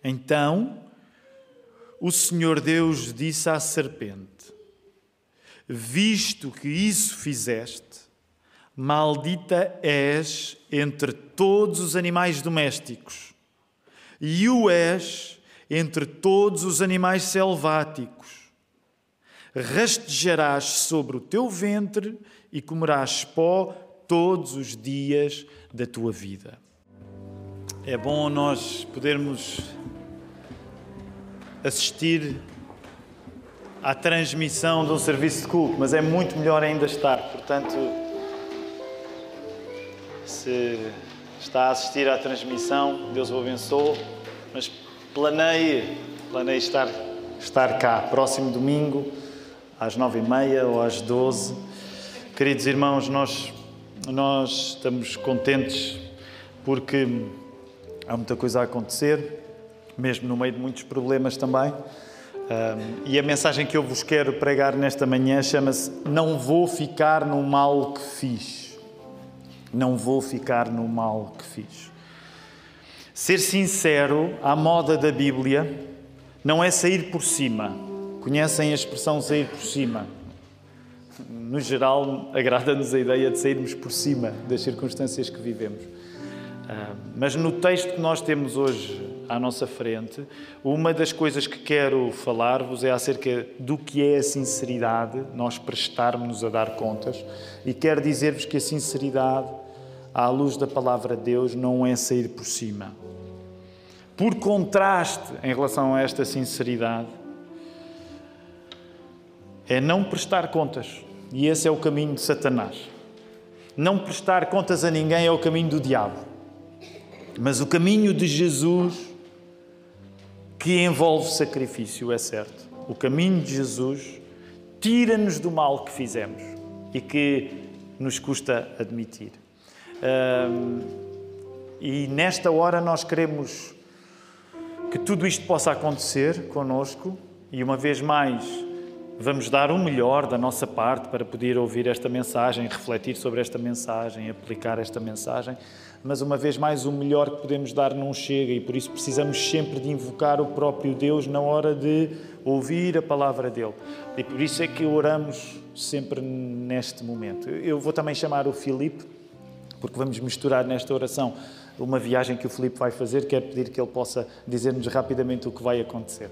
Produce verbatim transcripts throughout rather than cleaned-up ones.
Então o Senhor Deus disse à serpente: visto que isso fizeste, maldita és entre todos os animais domésticos, e o és entre todos os animais selváticos. Rastejarás sobre o teu ventre e comerás pó todos os dias da tua vida. É bom nós podermos assistir à transmissão de um serviço de culto, mas é muito melhor ainda estar. Portanto, se está a assistir à transmissão, Deus o abençoe, mas planeie, planeie estar, estar cá, próximo domingo, às nove e meia ou às doze. Queridos irmãos, nós, nós estamos contentes porque há muita coisa a acontecer, mesmo no meio de muitos problemas também. Um, e a mensagem que eu vos quero pregar nesta manhã chama-se: não vou ficar no mal que fiz. Não vou ficar no mal que fiz. Ser sincero, à moda da Bíblia, não é sair por cima. Conhecem a expressão sair por cima? No geral, agrada-nos a ideia de sairmos por cima das circunstâncias que vivemos. Uh, mas no texto que nós temos hoje à nossa frente, uma das coisas que quero falar-vos é acerca do que é a sinceridade, nós prestarmos-nos a dar contas, e quero dizer-vos que a sinceridade, à luz da palavra de Deus, não é sair por cima. Por contraste, em relação a esta sinceridade, é não prestar contas, e esse é o caminho de Satanás. Não prestar contas a ninguém é o caminho do diabo. Mas o caminho de Jesus, que envolve sacrifício, é certo. O caminho de Jesus tira-nos do mal que fizemos e que nos custa admitir. Um, e nesta hora nós queremos que tudo isto possa acontecer connosco e, uma vez mais, vamos dar o melhor da nossa parte para poder ouvir esta mensagem, refletir sobre esta mensagem, aplicar esta mensagem. Mas, uma vez mais, o melhor que podemos dar não chega e, por isso, precisamos sempre de invocar o próprio Deus na hora de ouvir a palavra dele. E por isso é que oramos sempre neste momento. Eu vou também chamar o Filipe, porque vamos misturar nesta oração uma viagem que o Filipe vai fazer. Quero pedir que ele possa dizer-nos rapidamente o que vai acontecer.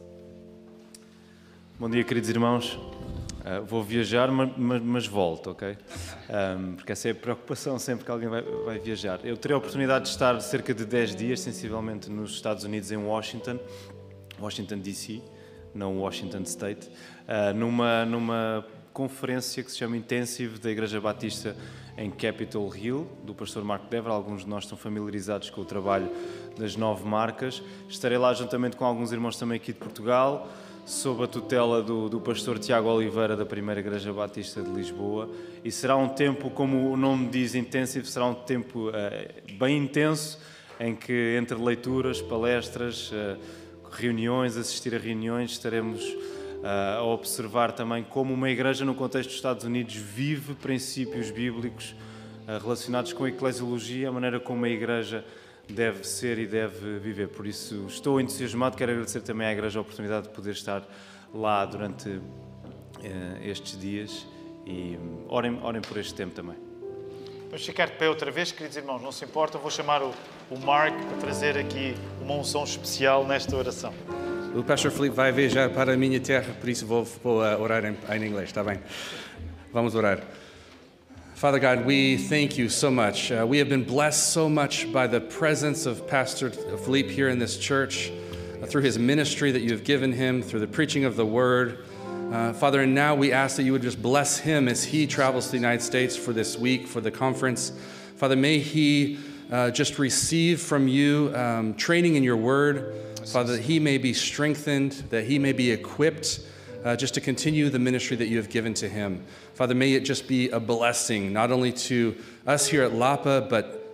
Bom dia, queridos irmãos. Uh, vou viajar, mas, mas, mas volto, ok? Um, porque essa é a preocupação sempre que alguém vai, vai viajar. Eu terei a oportunidade de estar cerca de dez dias, sensivelmente, nos Estados Unidos, em Washington, Washington D C, não Washington State, uh, numa, numa conferência que se chama Intensive da Igreja Batista em Capitol Hill, do pastor Mark Dever. Alguns de nós estão familiarizados com o trabalho das nove marcas. Estarei lá juntamente com alguns irmãos também aqui de Portugal, sob a tutela do, do pastor Tiago Oliveira, da Primeira Igreja Batista de Lisboa, e será um tempo, como o nome diz, intensivo, será um tempo uh, bem intenso, em que entre leituras, palestras, uh, reuniões, assistir a reuniões, estaremos uh, a observar também como uma igreja no contexto dos Estados Unidos vive princípios bíblicos uh, relacionados com a eclesiologia, a maneira como a igreja deve ser e deve viver. Por isso estou entusiasmado, quero agradecer também à Igreja a oportunidade de poder estar lá durante uh, estes dias e um, orem, orem por este tempo também. Vamos ficar de pé outra vez, queridos irmãos, não se importa, vou chamar o, o Mark para trazer aqui uma unção especial nesta oração. O pastor Filipe vai viajar para a minha terra, por isso vou, vou uh, orar em, em inglês, está bem? Vamos orar. Father God, we thank you so much. Uh, we have been blessed so much by the presence of Pastor Philippe here in this church, uh, through his ministry that you have given him, through the preaching of the word. Uh, Father, and now we ask that you would just bless him as he travels to the United States for this week, for the conference. Father, may he uh, just receive from you um, training in your word. Father, that he may be strengthened, that he may be equipped Uh, just to continue the ministry that you have given to him. Father, may it just be a blessing, not only to us here at Lapa, but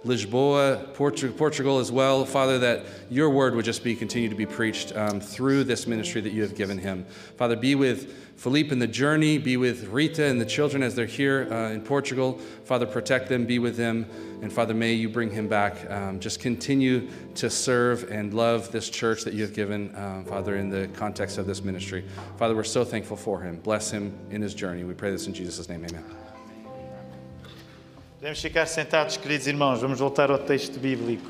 Lisboa, Portu- Portugal as well. Father, that your word would just be continue to be preached um, through this ministry that you have given him. Father, be with Philippe in the journey, be with Rita and the children as they're here uh, in Portugal. Father, protect them, be with them. And Father, may you bring him back. Um, just continue to serve and love this church that you have given, um, Father, in the context of this ministry. Father, we're so thankful for him. Bless him in his journey. We pray this in Jesus' name. Amen. Podemos ficar sentados, queridos irmãos. Vamos voltar ao texto bíblico.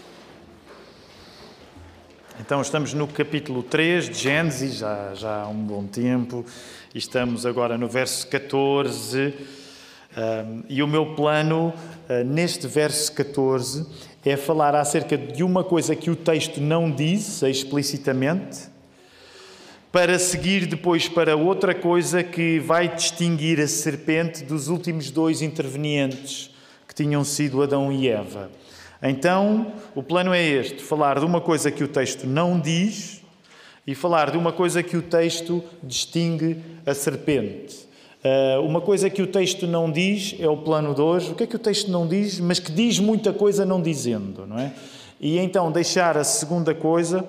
Então, estamos no capítulo três de Gênesis, já, já há um bom tempo, e estamos agora no verso catorze. Um, e o meu plano, uh, neste verso catorze, é falar acerca de uma coisa que o texto não diz explicitamente, para seguir depois para outra coisa que vai distinguir a serpente dos últimos dois intervenientes, que tinham sido Adão e Eva. Então, o plano é este, falar de uma coisa que o texto não diz e falar de uma coisa que o texto distingue a serpente. Uh, uma coisa que o texto não diz é o plano de hoje. O que é que o texto não diz, mas que diz muita coisa não dizendo, não é? E então deixar a segunda coisa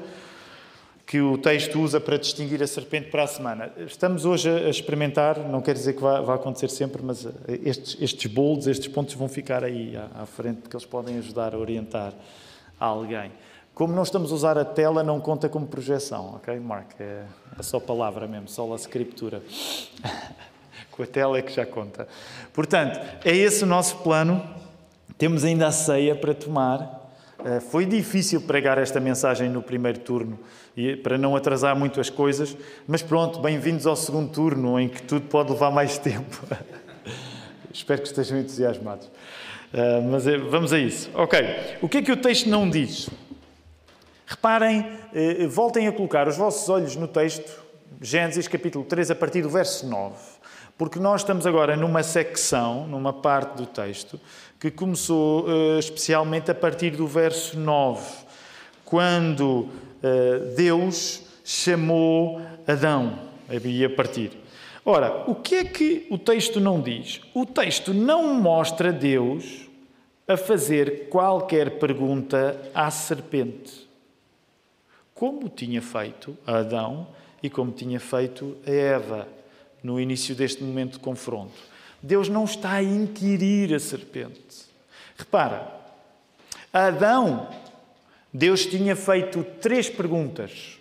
que o texto usa para distinguir a serpente para a semana. Estamos hoje a experimentar, não quer dizer que vá, vá acontecer sempre, mas estes, estes bolds, estes pontos vão ficar aí à, à frente, porque eles podem ajudar a orientar a alguém. Como não estamos a usar a tela, não conta como projeção, ok, Mark? É, é só palavra mesmo, só a escritura. Com a tela é que já conta. Portanto, é esse o nosso plano. Temos ainda a ceia para tomar. Uh, foi difícil pregar esta mensagem no primeiro turno, e, para não atrasar muito as coisas, mas pronto, bem-vindos ao segundo turno, em que tudo pode levar mais tempo. Espero que estejam entusiasmados. Uh, mas uh, vamos a isso. Ok, o que é que o texto não diz? Reparem, uh, voltem a colocar os vossos olhos no texto, Gênesis capítulo três, a partir do verso nove. Porque nós estamos agora numa secção, numa parte do texto, que começou uh, especialmente a partir do verso nove, quando uh, Deus chamou Adão, e a partir. Ora, o que é que o texto não diz? O texto não mostra Deus a fazer qualquer pergunta à serpente, como tinha feito a Adão e como tinha feito a Eva, no início deste momento de confronto. Deus não está a inquirir a serpente. Repara, a Adão, Deus tinha feito três perguntas.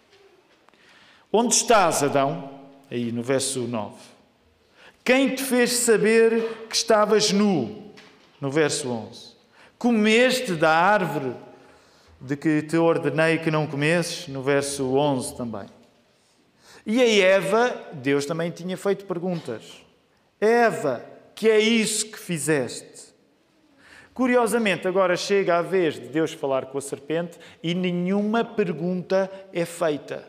Onde estás, Adão? Aí no verso nove. Quem te fez saber que estavas nu? No verso onze. Comeste da árvore de que te ordenei que não comesses? No verso onze também. E a Eva, Deus também tinha feito perguntas. Eva, que é isso que fizeste? Curiosamente, agora chega a vez de Deus falar com a serpente e nenhuma pergunta é feita.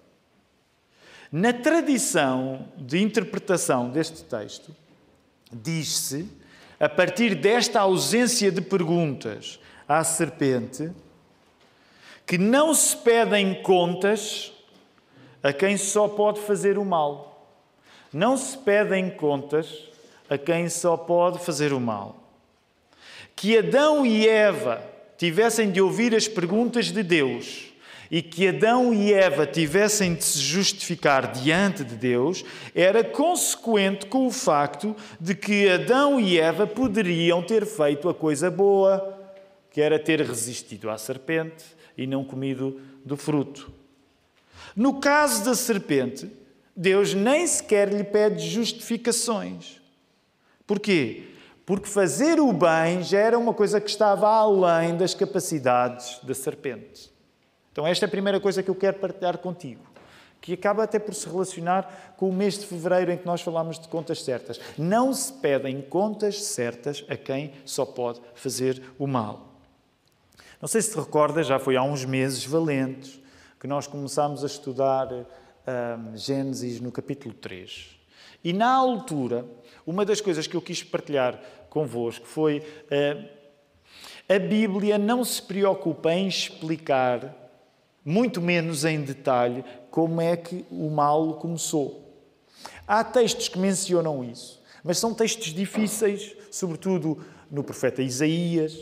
Na tradição de interpretação deste texto, diz-se, a partir desta ausência de perguntas à serpente, que não se pedem contas a quem só pode fazer o mal. Não se pedem contas a quem só pode fazer o mal. Que Adão e Eva tivessem de ouvir as perguntas de Deus e que Adão e Eva tivessem de se justificar diante de Deus era consequente com o facto de que Adão e Eva poderiam ter feito a coisa boa, que era ter resistido à serpente e não comido do fruto. No caso da serpente, Deus nem sequer lhe pede justificações. Porquê? Porque fazer o bem já era uma coisa que estava além das capacidades da serpente. Então esta é a primeira coisa que eu quero partilhar contigo, que acaba até por se relacionar com o mês de fevereiro em que nós falámos de contas certas. Não se pedem contas certas a quem só pode fazer o mal. Não sei se te recordas, já foi há uns meses valentes, que nós começámos a estudar um, Gênesis no capítulo três. E na altura, uma das coisas que eu quis partilhar convosco foi uh, a Bíblia não se preocupa em explicar, muito menos em detalhe, como é que o mal começou. Há textos que mencionam isso, mas são textos difíceis, sobretudo no profeta Isaías,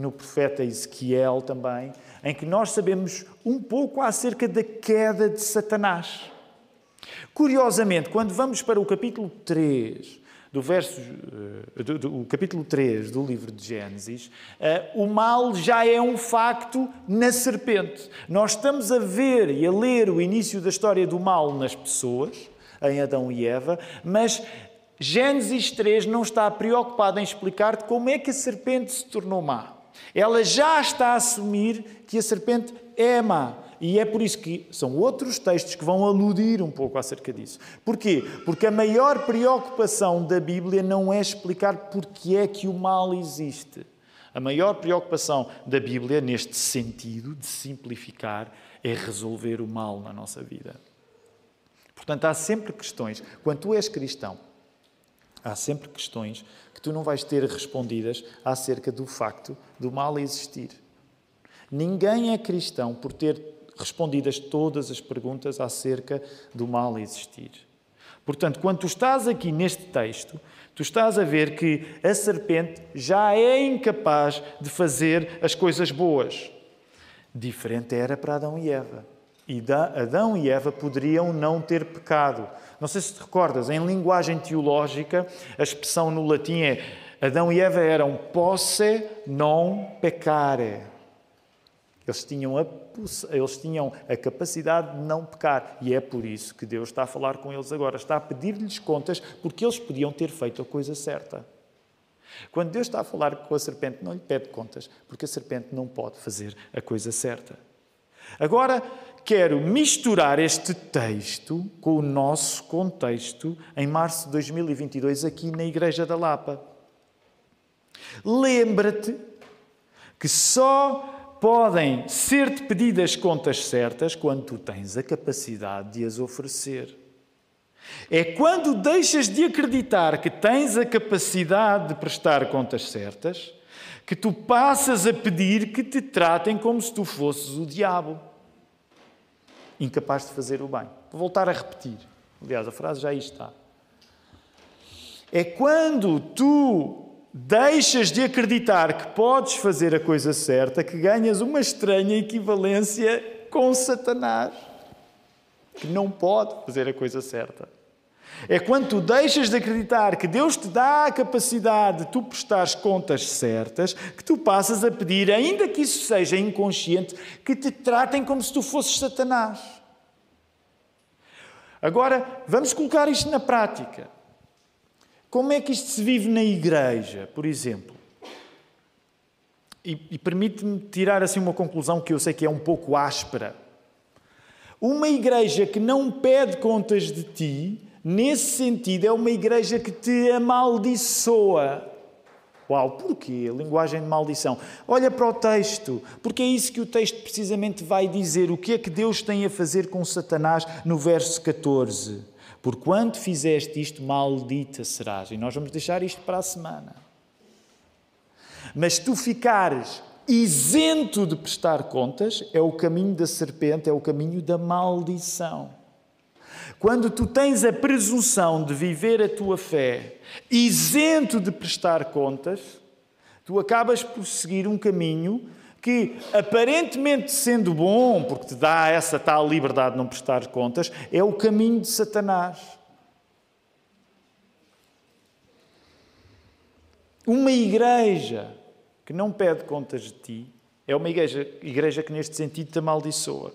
no profeta Ezequiel também, em que nós sabemos um pouco acerca da queda de Satanás. Curiosamente, quando vamos para o capítulo três, do verso, do, do, o capítulo três do livro de Gênesis, uh, o mal já é um facto na serpente. Nós estamos a ver e a ler o início da história do mal nas pessoas, em Adão e Eva, mas Gênesis três não está preocupado em explicar como é que a serpente se tornou má. Ela já está a assumir que a serpente é má. E é por isso que são outros textos que vão aludir um pouco acerca disso. Porquê? Porque a maior preocupação da Bíblia não é explicar porque é que o mal existe. A maior preocupação da Bíblia, neste sentido de simplificar, é resolver o mal na nossa vida. Portanto, há sempre questões. Quando tu és cristão, há sempre questões que tu não vais ter respondidas acerca do facto do mal existir. Ninguém é cristão por ter respondidas todas as perguntas acerca do mal existir. Portanto, quando tu estás aqui neste texto, tu estás a ver que a serpente já é incapaz de fazer as coisas boas. Diferente era para Adão e Eva. E Adão e Eva poderiam não ter pecado. Não sei se te recordas, em linguagem teológica, a expressão no latim é Adão e Eva eram posse non peccare. Eles tinham, a, eles tinham a capacidade de não pecar. E é por isso que Deus está a falar com eles agora. Está a pedir-lhes contas porque eles podiam ter feito a coisa certa. Quando Deus está a falar com a serpente, não lhe pede contas, porque a serpente não pode fazer a coisa certa. Agora, quero misturar este texto com o nosso contexto em março de dois mil e vinte e dois, aqui na Igreja da Lapa. Lembra-te que só podem ser-te pedidas contas certas quando tu tens a capacidade de as oferecer. É quando deixas de acreditar que tens a capacidade de prestar contas certas que tu passas a pedir que te tratem como se tu fosses o diabo, incapaz de fazer o bem. Vou voltar a repetir. Aliás, a frase já aí está. É quando tu deixas de acreditar que podes fazer a coisa certa que ganhas uma estranha equivalência com Satanás, que não pode fazer a coisa certa. É quando tu deixas de acreditar que Deus te dá a capacidade de tu prestares contas certas que tu passas a pedir, ainda que isso seja inconsciente, que te tratem como se tu fosses Satanás. Agora, vamos colocar isto na prática. Como é que isto se vive na igreja, por exemplo? E, e permite-me tirar assim uma conclusão que eu sei que é um pouco áspera. Uma igreja que não pede contas de ti, nesse sentido, é uma igreja que te amaldiçoa. Uau, porquê? A linguagem de maldição. Olha para o texto, porque é isso que o texto precisamente vai dizer. O que é que Deus tem a fazer com Satanás no verso catorze? Por quanto fizeste isto, maldita serás. E nós vamos deixar isto para a semana. Mas tu ficares isento de prestar contas, é o caminho da serpente, é o caminho da maldição. Quando tu tens a presunção de viver a tua fé isento de prestar contas, tu acabas por seguir um caminho que, aparentemente sendo bom, porque te dá essa tal liberdade de não prestar contas, é o caminho de Satanás. Uma igreja que não pede contas de ti é uma igreja, igreja que, neste sentido, te amaldiçoa.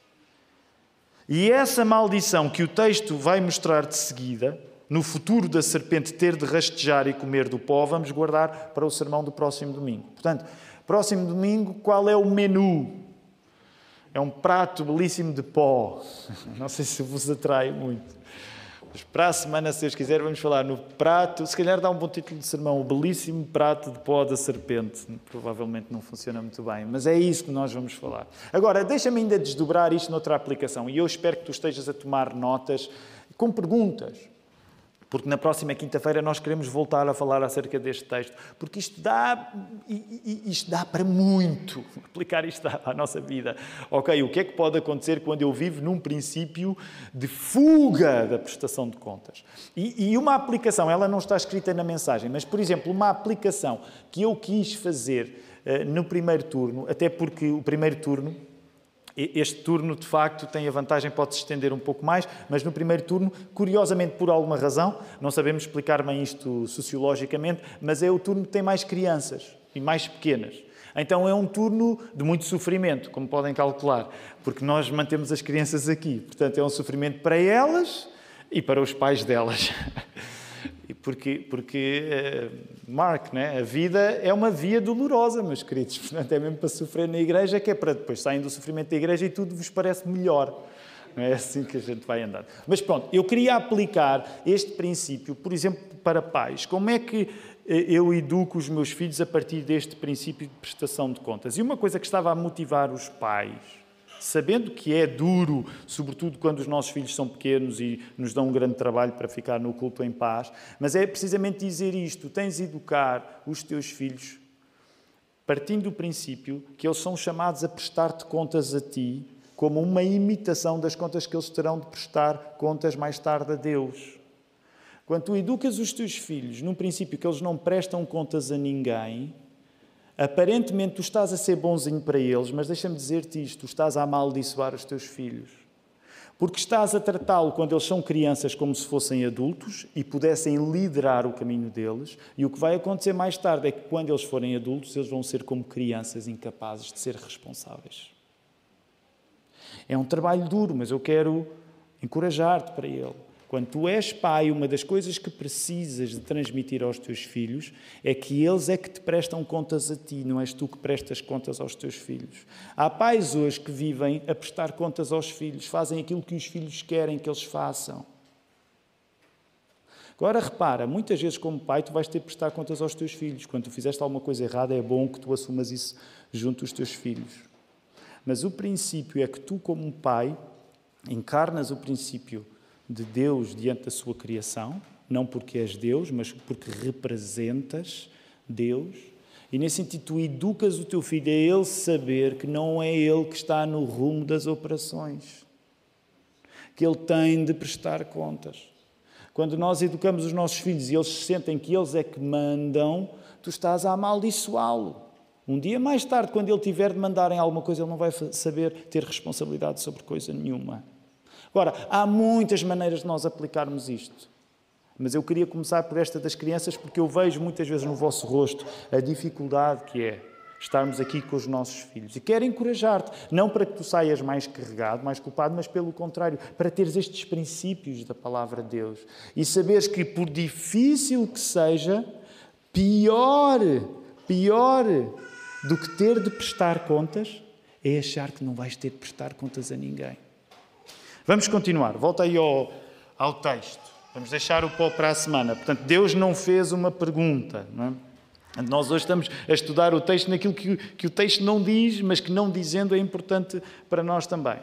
E essa maldição que o texto vai mostrar de seguida, no futuro da serpente ter de rastejar e comer do pó, vamos guardar para o sermão do próximo domingo. Portanto, próximo domingo, qual é o menu? É um prato belíssimo de pó. Não sei se vos atrai muito. Mas para a semana, se Deus quiser, vamos falar no prato. Se calhar dá um bom título de sermão, o belíssimo prato de pó da serpente. Provavelmente não funciona muito bem, mas é isso que nós vamos falar. Agora, deixa-me ainda desdobrar isto noutra aplicação. E eu espero que tu estejas a tomar notas com perguntas. Porque na próxima quinta-feira nós queremos voltar a falar acerca deste texto. Porque isto dá, isto dá para muito. Aplicar isto à nossa vida. Ok, o que é que pode acontecer quando eu vivo num princípio de fuga da prestação de contas? E, e uma aplicação, ela não está escrita na mensagem, mas, por exemplo, uma aplicação que eu quis fazer no primeiro turno, até porque o primeiro turno, este turno de facto tem a vantagem, pode se estender um pouco mais, mas no primeiro turno, curiosamente por alguma razão, não sabemos explicar bem isto sociologicamente, mas é o turno que tem mais crianças e mais pequenas. Então é um turno de muito sofrimento, como podem calcular, porque nós mantemos as crianças aqui. Portanto, é um sofrimento para elas e para os pais delas. Porque, porque Mark, né? A vida é uma via dolorosa, meus queridos. Portanto, é mesmo para sofrer na igreja, que é para depois saírem do sofrimento da igreja e tudo vos parece melhor. Não é assim que a gente vai andar. Mas pronto, eu queria aplicar este princípio, por exemplo, para pais. Como é que eu educo os meus filhos a partir deste princípio de prestação de contas? E uma coisa que estava a motivar os pais, sabendo que é duro, sobretudo quando os nossos filhos são pequenos e nos dão um grande trabalho para ficar no culto em paz, mas é precisamente dizer isto: tens de educar os teus filhos partindo do princípio que eles são chamados a prestar-te contas a ti, como uma imitação das contas que eles terão de prestar contas mais tarde a Deus. Quando tu educas os teus filhos num princípio que eles não prestam contas a ninguém, aparentemente tu estás a ser bonzinho para eles, mas deixa-me dizer-te isto: tu estás a amaldiçoar os teus filhos. Porque estás a tratá-lo quando eles são crianças como se fossem adultos e pudessem liderar o caminho deles, e o que vai acontecer mais tarde é que quando eles forem adultos, eles vão ser como crianças incapazes de ser responsáveis. É um trabalho duro, mas eu quero encorajar-te para ele. Quando tu és pai, uma das coisas que precisas de transmitir aos teus filhos é que eles é que te prestam contas a ti, não és tu que prestas contas aos teus filhos. Há pais hoje que vivem a prestar contas aos filhos, fazem aquilo que os filhos querem que eles façam. Agora repara, muitas vezes como pai tu vais ter de prestar contas aos teus filhos. Quando tu fizeste alguma coisa errada, é bom que tu assumas isso junto aos teus filhos. Mas o princípio é que tu, como um pai, encarnas o princípio de Deus diante da sua criação, não porque és Deus, mas porque representas Deus. E nesse sentido tu educas o teu filho a ele saber que não é ele que está no rumo das operações, que ele tem de prestar contas. Quando nós educamos os nossos filhos e eles sentem que eles é que mandam, tu estás a amaldiçoá-lo. Um dia mais tarde, quando ele tiver de mandar em alguma coisa, ele não vai saber ter responsabilidade sobre coisa nenhuma. Agora, há muitas maneiras de nós aplicarmos isto. Mas eu queria começar por esta das crianças, porque eu vejo muitas vezes no vosso rosto a dificuldade que é estarmos aqui com os nossos filhos. E quero encorajar-te, não para que tu saias mais carregado, mais culpado, mas pelo contrário, para teres estes princípios da palavra de Deus. E saberes que, por difícil que seja, pior, pior do que ter de prestar contas, é achar que não vais ter de prestar contas a ninguém. Vamos continuar. Volta aí ao, ao texto. Vamos deixar o pó para a semana. Portanto, Deus não fez uma pergunta. Não é? Nós hoje estamos a estudar o texto naquilo que, que o texto não diz, mas que não dizendo é importante para nós também.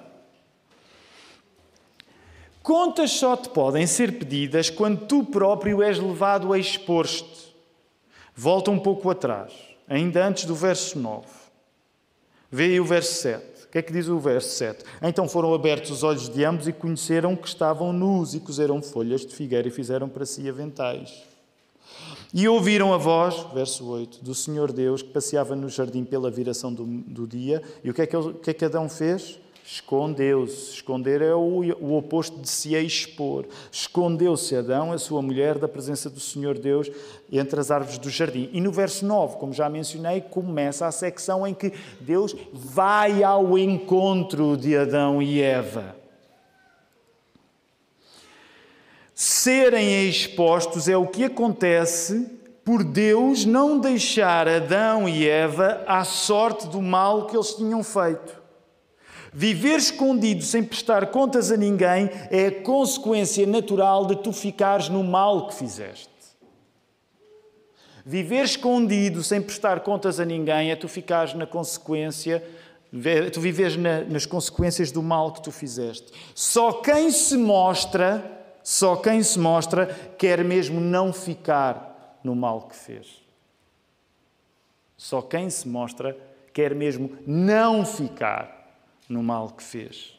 Contas só te podem ser pedidas quando tu próprio és levado a expor-te. Volta um pouco atrás, ainda antes do verso nove. Vê aí o verso sete. O que é que diz o verso sete? Então foram abertos os olhos de ambos e conheceram que estavam nus e cozeram folhas de figueira e fizeram para si aventais. E ouviram a voz, verso oito, do Senhor Deus que passeava no jardim pela viração do, do dia. E o que é que, ele, o que é que Adão fez? Escondeu-se. Esconder é o, o oposto de se expor. Escondeu-se Adão, a sua mulher, da presença do Senhor Deus entre as árvores do jardim. E no verso nove, como já mencionei, começa a secção em que Deus vai ao encontro de Adão e Eva. Serem expostos é o que acontece por Deus não deixar Adão e Eva à sorte do mal que eles tinham feito. Viver escondido sem prestar contas a ninguém é a consequência natural de tu ficares no mal que fizeste. Viver escondido sem prestar contas a ninguém é tu ficares na consequência, tu viveres na, nas consequências do mal que tu fizeste. Só quem se mostra, só quem se mostra quer mesmo não ficar no mal que fez. Só quem se mostra quer mesmo não ficar no mal que fez.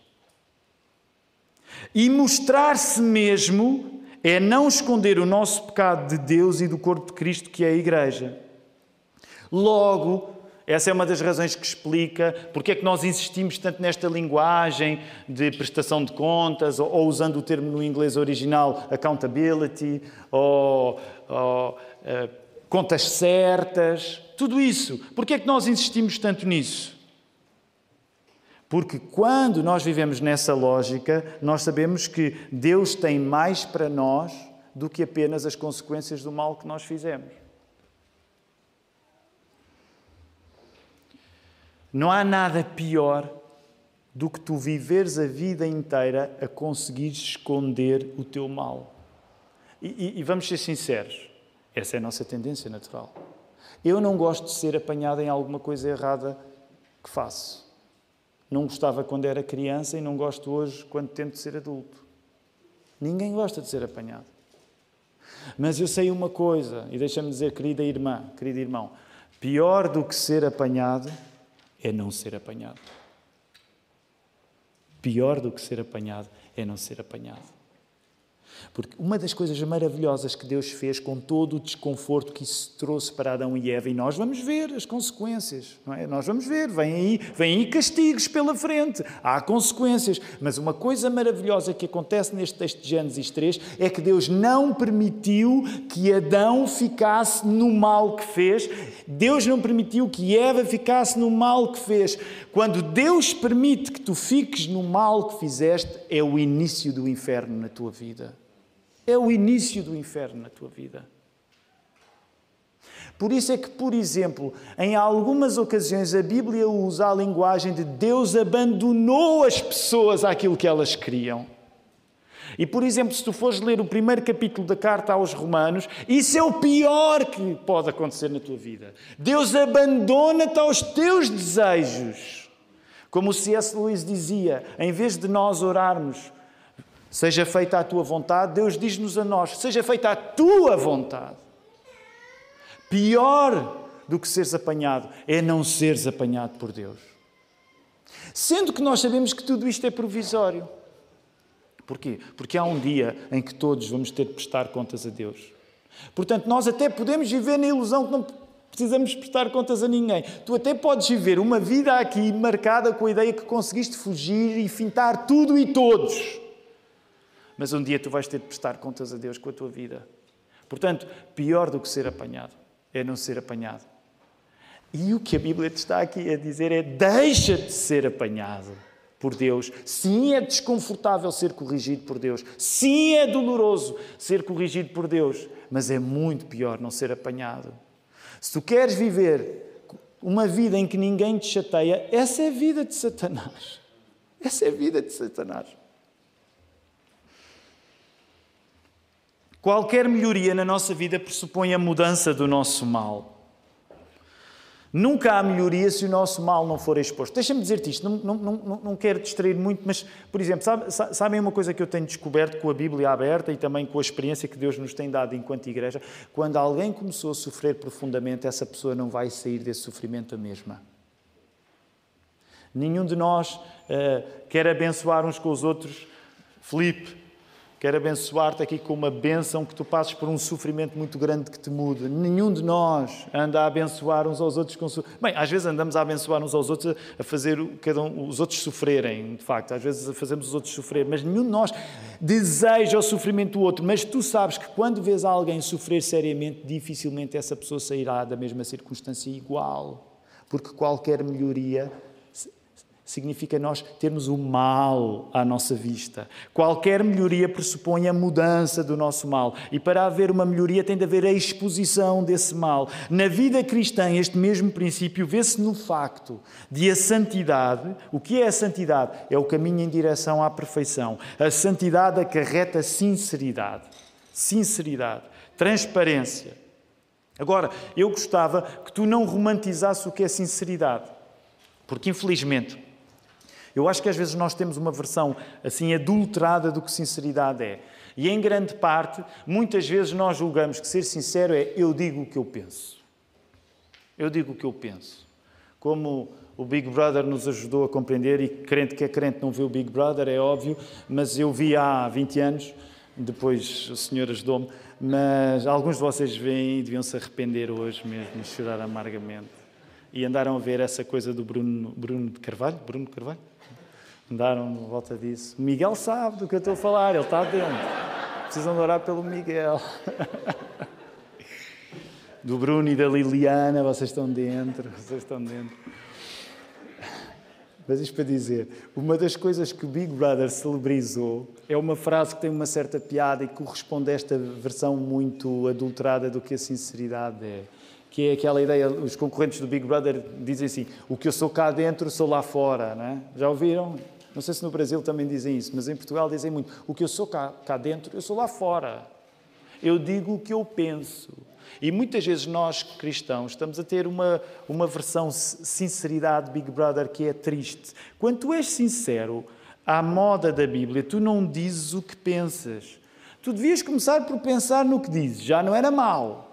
E mostrar-se mesmo é não esconder o nosso pecado de Deus e do corpo de Cristo, que é a Igreja. Logo, Essa é uma das razões que explica porque é que nós insistimos tanto nesta linguagem de prestação de contas, ou, ou usando o termo no inglês original, accountability, ou, ou uh, contas certas, tudo isso. Porque é que nós insistimos tanto nisso? Porque quando nós vivemos nessa lógica, nós sabemos que Deus tem mais para nós do que apenas as consequências do mal que nós fizemos. Não há nada pior do que tu viveres a vida inteira a conseguires esconder o teu mal. E, e, e vamos ser sinceros, essa é a nossa tendência natural. Eu não gosto de ser apanhado em alguma coisa errada que faço. Não gostava quando era criança e não gosto hoje quando tento ser adulto. Ninguém gosta de ser apanhado. Mas eu sei uma coisa, e deixa-me dizer, querida irmã, querido irmão, pior do que ser apanhado é não ser apanhado. Pior do que ser apanhado é não ser apanhado. Porque uma das coisas maravilhosas que Deus fez com todo o desconforto que isso trouxe para Adão e Eva, e nós vamos ver as consequências, não é? Nós vamos ver, vêm aí, vêm aí castigos pela frente, há consequências. Mas uma coisa maravilhosa que acontece neste texto de Gênesis três é que Deus não permitiu que Adão ficasse no mal que fez. Deus não permitiu que Eva ficasse no mal que fez. Quando Deus permite que tu fiques no mal que fizeste, é o início do inferno na tua vida. É o início do inferno na tua vida. Por isso é que, por exemplo, em algumas ocasiões a Bíblia usa a linguagem de Deus abandonou as pessoas àquilo que elas queriam. E, por exemplo, se tu fores ler o primeiro capítulo da carta aos Romanos, isso é o pior que pode acontecer na tua vida. Deus abandona-te aos teus desejos. Como o C S Lewis dizia, em vez de nós orarmos, seja feita a tua vontade, Deus diz-nos a nós, seja feita a tua vontade. Pior do que seres apanhado é não seres apanhado por Deus. Sendo que nós sabemos que tudo isto é provisório. Porquê? Porque há um dia em que todos vamos ter de prestar contas a Deus. Portanto, nós até podemos viver na ilusão que não precisamos prestar contas a ninguém. Tu até podes viver uma vida aqui marcada com a ideia que conseguiste fugir e fintar tudo e todos. Mas um dia tu vais ter de prestar contas a Deus com a tua vida. Portanto, pior do que ser apanhado é não ser apanhado. E o que a Bíblia te está aqui a dizer é: deixa-te ser apanhado por Deus. Sim, é desconfortável ser corrigido por Deus. Sim, é doloroso ser corrigido por Deus. Mas é muito pior não ser apanhado. Se tu queres viver uma vida em que ninguém te chateia, essa é a vida de Satanás. Essa é a vida de Satanás. Qualquer melhoria na nossa vida pressupõe a mudança do nosso mal. Nunca há melhoria se o nosso mal não for exposto. Deixa-me dizer-te isto, não, não, não, não quero distrair muito, mas, por exemplo, sabe, sabem uma coisa que eu tenho descoberto com a Bíblia aberta e também com a experiência que Deus nos tem dado enquanto igreja? Quando alguém começou a sofrer profundamente, essa pessoa não vai sair desse sofrimento a mesma. Nenhum de nós uh, quer abençoar uns com os outros. Filipe, quero abençoar-te aqui com uma bênção que tu passes por um sofrimento muito grande que te mude. Nenhum de nós anda a abençoar uns aos outros com... Bem, às vezes andamos a abençoar uns aos outros, a fazer cada um, os outros sofrerem, de facto. Às vezes fazemos os outros sofrer, mas nenhum de nós deseja o sofrimento do outro. Mas tu sabes que quando vês alguém sofrer seriamente, dificilmente essa pessoa sairá da mesma circunstância igual. Porque qualquer melhoria significa nós termos o mal à nossa vista. Qualquer melhoria pressupõe a mudança do nosso mal. E para haver uma melhoria tem de haver a exposição desse mal. Na vida cristã, este mesmo princípio vê-se no facto de a santidade. O que é a santidade? É o caminho em direção à perfeição. A santidade acarreta sinceridade. Sinceridade. Transparência. Agora, eu gostava que tu não romantizasses o que é sinceridade. Porque, infelizmente, eu acho que às vezes nós temos uma versão assim adulterada do que sinceridade é. E em grande parte, muitas vezes nós julgamos que ser sincero é eu digo o que eu penso. Eu digo o que eu penso. Como o Big Brother nos ajudou a compreender, e crente que é crente não vê o Big Brother, é óbvio, mas eu vi há vinte anos, depois o Senhor ajudou-me, mas alguns de vocês veem e deviam se arrepender hoje mesmo e chorar amargamente. e andaram a ver essa coisa do Bruno, Bruno de Carvalho. Bruno de Carvalho? Andaram à volta disso. O Miguel sabe do que eu estou a falar, ele está dentro. Precisam de orar pelo Miguel. Do Bruno e da Liliana, vocês estão dentro, vocês estão dentro. Mas isto para dizer, uma das coisas que o Big Brother celebrizou é uma frase que tem uma certa piada e corresponde a esta versão muito adulterada do que a sinceridade é. Que é aquela ideia, os concorrentes do Big Brother dizem assim, o que eu sou cá dentro, sou lá fora, não é? Já ouviram? Não sei se no Brasil também dizem isso, mas em Portugal dizem muito, o que eu sou cá, cá dentro, eu sou lá fora. Eu digo o que eu penso. E muitas vezes nós, cristãos, estamos a ter uma, uma versão sinceridade Big Brother que é triste. Quando tu és sincero, à moda da Bíblia, tu não dizes o que pensas. Tu devias começar por pensar no que dizes, já não era mau.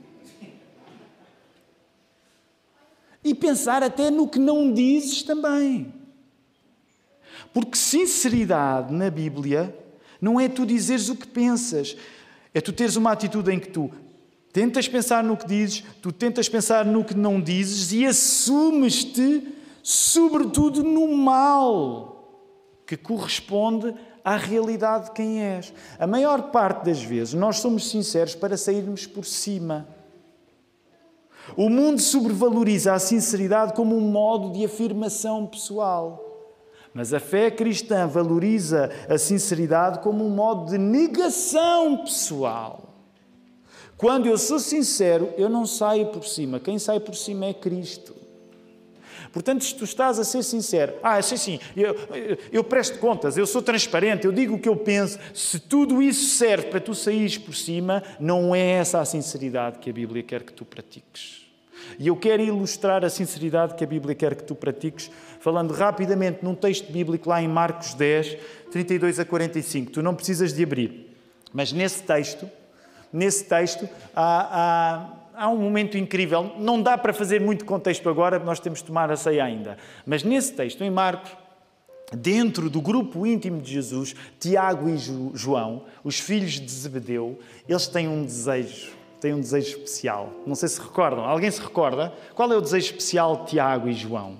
E pensar até no que não dizes também. Porque sinceridade na Bíblia não é tu dizeres o que pensas, é tu teres uma atitude em que tu tentas pensar no que dizes, tu tentas pensar no que não dizes e assumes-te, sobretudo, no mal que corresponde à realidade de quem és. A maior parte das vezes nós somos sinceros para sairmos por cima. O mundo sobrevaloriza a sinceridade como um modo de afirmação pessoal. Mas a fé cristã valoriza a sinceridade como um modo de negação pessoal. Quando eu sou sincero, eu não saio por cima. Quem sai por cima é Cristo. Portanto, se tu estás a ser sincero, ah, é assim, eu, eu, eu presto contas, eu sou transparente, eu digo o que eu penso, se tudo isso serve para tu saíres por cima, não é essa a sinceridade que a Bíblia quer que tu pratiques. E eu quero ilustrar a sinceridade que a Bíblia quer que tu pratiques, falando rapidamente num texto bíblico lá em Marcos dez, trinta e dois a quarenta e cinco. Tu não precisas de abrir, mas nesse texto, nesse texto há, há, há um momento incrível. Não dá para fazer muito contexto agora, nós temos de tomar a ceia ainda. Mas nesse texto, em Marcos, dentro do grupo íntimo de Jesus, Tiago e João, os filhos de Zebedeu, eles têm um desejo. Tem um desejo especial. Não sei se recordam. Alguém se recorda? Qual é o desejo especial de Tiago e João?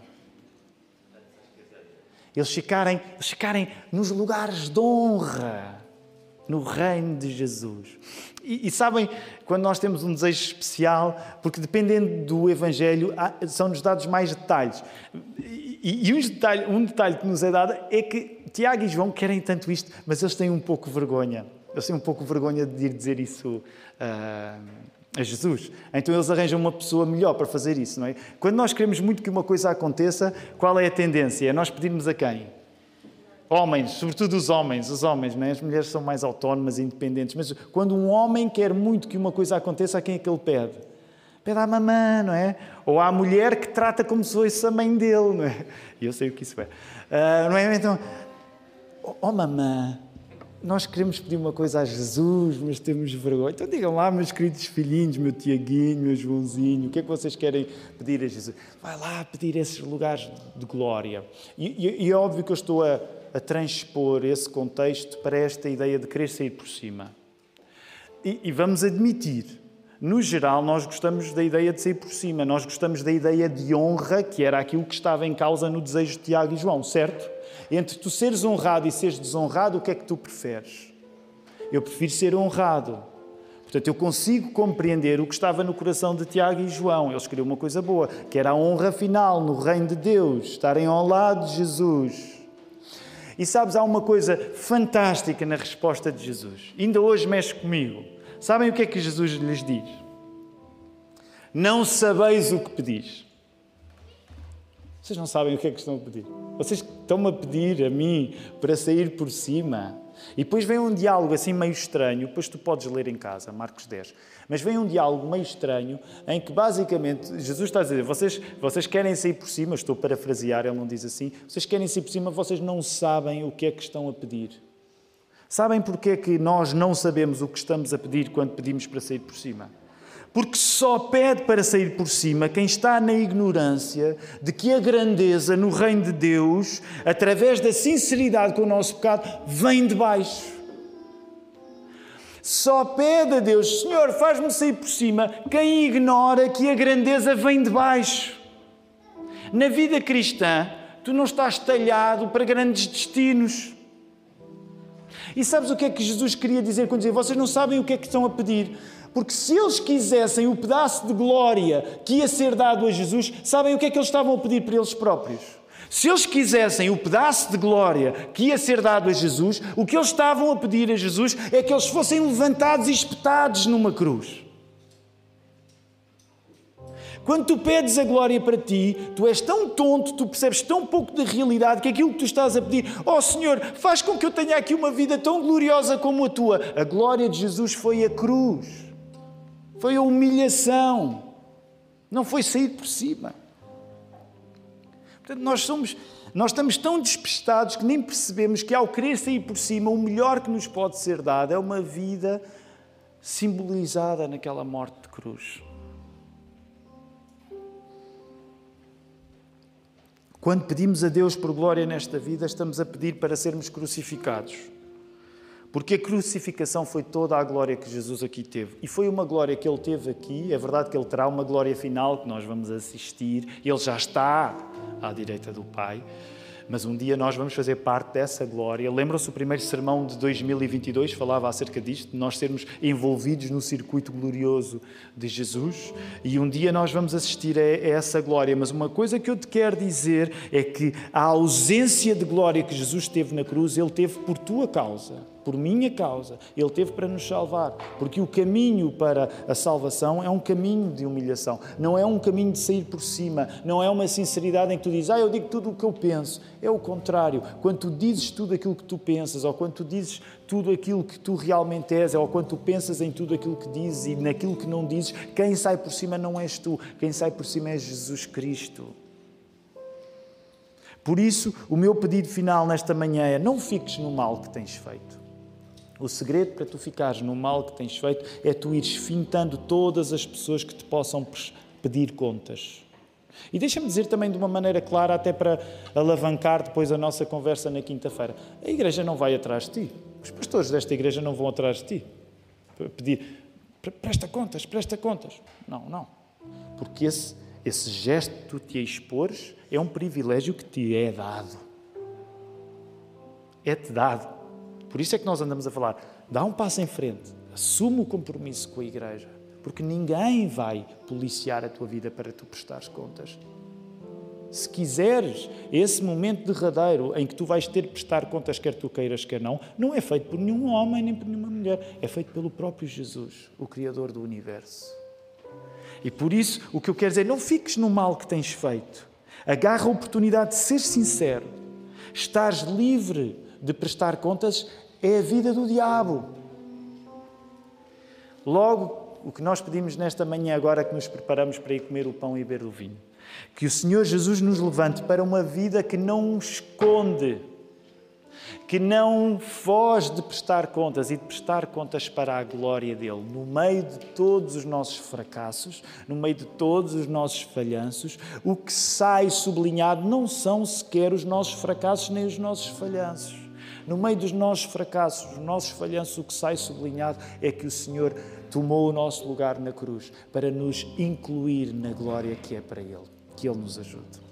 Eles ficarem, eles ficarem nos lugares de honra, no reino de Jesus. E, e sabem, quando nós temos um desejo especial, porque dependendo do Evangelho, são-nos dados mais detalhes. E, e um, detalhe, um detalhe que nos é dado é que Tiago e João querem tanto isto, mas eles têm um pouco vergonha. Eles têm um pouco vergonha de ir dizer isso uh, a Jesus. Então eles arranjam uma pessoa melhor para fazer isso, não é? Quando nós queremos muito que uma coisa aconteça, qual é a tendência? É nós pedirmos a quem? Homens, sobretudo os homens. Os homens, não é? As mulheres são mais autónomas e independentes. Mas quando um homem quer muito que uma coisa aconteça, a quem é que ele pede? Pede à mamã, não é? Ou à mulher que trata como se fosse a mãe dele, não é? E eu sei o que isso é. Uh, não é? Então, oh mamã, nós queremos pedir uma coisa a Jesus, mas temos vergonha. Então digam lá, meus queridos filhinhos, meu Tiaguinho, meu Joãozinho, o que é que vocês querem pedir a Jesus? Vai lá pedir esses lugares de glória. E, e, e é óbvio que eu estou a, a transpor esse contexto para esta ideia de querer sair por cima. E, e vamos admitir, no geral, nós gostamos da ideia de sair por cima. Nós gostamos da ideia de honra, que era aquilo que estava em causa no desejo de Tiago e João, certo? Entre tu seres honrado e seres desonrado, o que é que tu preferes? Eu prefiro ser honrado. Portanto, eu consigo compreender o que estava no coração de Tiago e João. Eles queriam uma coisa boa, que era a honra final no reino de Deus, estarem ao lado de Jesus. E sabes, há uma coisa fantástica na resposta de Jesus. Ainda hoje mexe comigo. Sabem o que é que Jesus lhes diz? Não sabeis o que pedis. Vocês não sabem o que é que estão a pedir. Vocês estão-me a pedir a mim para sair por cima. E depois vem um diálogo assim meio estranho, depois tu podes ler em casa, Marcos dez. Mas vem um diálogo meio estranho em que basicamente Jesus está a dizer, vocês, vocês querem sair por cima, estou a parafrasear, ele não diz assim, vocês querem sair por cima, vocês não sabem o que é que estão a pedir. Sabem porque é que nós não sabemos o que estamos a pedir quando pedimos para sair por cima? Porque só pede para sair por cima quem está na ignorância de que a grandeza no reino de Deus, através da sinceridade com o nosso pecado, vem de baixo. Só pede a Deus, Senhor, faz-me sair por cima, quem ignora que a grandeza vem de baixo. Na vida cristã, tu não estás talhado para grandes destinos. E sabes o que é que Jesus queria dizer quando dizia, vocês não sabem o que é que estão a pedir? Porque se eles quisessem o pedaço de glória que ia ser dado a Jesus, sabem o que é que eles estavam a pedir para eles próprios? Se eles quisessem o pedaço de glória que ia ser dado a Jesus, o que eles estavam a pedir a Jesus é que eles fossem levantados e espetados numa cruz. Quando tu pedes a glória para ti, tu és tão tonto, tu percebes tão pouco da realidade que aquilo que tu estás a pedir, ó Senhor, faz com que eu tenha aqui uma vida tão gloriosa como a tua. A glória de Jesus foi a cruz, foi a humilhação, não foi sair por cima. Portanto, nós somos, nós estamos tão despistados que nem percebemos que ao querer sair por cima, o melhor que nos pode ser dado é uma vida simbolizada naquela morte de cruz. Quando pedimos a Deus por glória nesta vida, estamos a pedir para sermos crucificados. Porque a crucificação foi toda a glória que Jesus aqui teve. E foi uma glória que Ele teve aqui. É verdade que Ele terá uma glória final que nós vamos assistir. Ele já está à direita do Pai. Mas um dia nós vamos fazer parte dessa glória. Lembram-se, o primeiro sermão de dois mil e vinte e dois falava acerca disto, de nós sermos envolvidos no circuito glorioso de Jesus. E um dia nós vamos assistir a essa glória. Mas uma coisa que eu te quero dizer é que a ausência de glória que Jesus teve na cruz, Ele teve por tua causa, por minha causa. Ele teve para nos salvar. Porque o caminho para a salvação é um caminho de humilhação. Não é um caminho de sair por cima. Não é uma sinceridade em que tu dizes, ah, eu digo tudo o que eu penso. É o contrário. Quando tu dizes tudo aquilo que tu pensas, ou quando tu dizes tudo aquilo que tu realmente és, ou quando tu pensas em tudo aquilo que dizes e naquilo que não dizes, quem sai por cima não és tu. Quem sai por cima é Jesus Cristo. Por isso, o meu pedido final nesta manhã é, não fiques no mal que tens feito. O segredo para tu ficares no mal que tens feito é tu ires fintando todas as pessoas que te possam pedir contas. E deixa-me dizer também de uma maneira clara, até para alavancar depois a nossa conversa na quinta-feira. A igreja não vai atrás de ti. Os pastores desta igreja não vão atrás de ti. Para pedir, presta contas, presta contas. Não, não. Porque esse, esse gesto de tu te expores é um privilégio que te é dado. É-te dado. Por isso é que nós andamos a falar, dá um passo em frente, assume o compromisso com a igreja, porque ninguém vai policiar a tua vida para tu prestares contas. Se quiseres esse momento derradeiro em que tu vais ter de prestar contas, quer tu queiras, quer não, não é feito por nenhum homem nem por nenhuma mulher, é feito pelo próprio Jesus, o Criador do Universo. E por isso, o que eu quero dizer, não fiques no mal que tens feito. Agarra a oportunidade de ser sincero. Estás livre de prestar contas, é a vida do diabo. Logo, o que nós pedimos nesta manhã, agora que nos preparamos para ir comer o pão e beber o vinho, que o Senhor Jesus nos levante para uma vida que não esconde, que não foge de prestar contas e de prestar contas para a glória dele. No meio de todos os nossos fracassos, no meio de todos os nossos falhanços, o que sai sublinhado não são sequer os nossos fracassos nem os nossos falhanços. No meio dos nossos fracassos, os nossos falhanços, o que sai sublinhado é que o Senhor tomou o nosso lugar na cruz para nos incluir na glória que é para Ele. Que Ele nos ajude.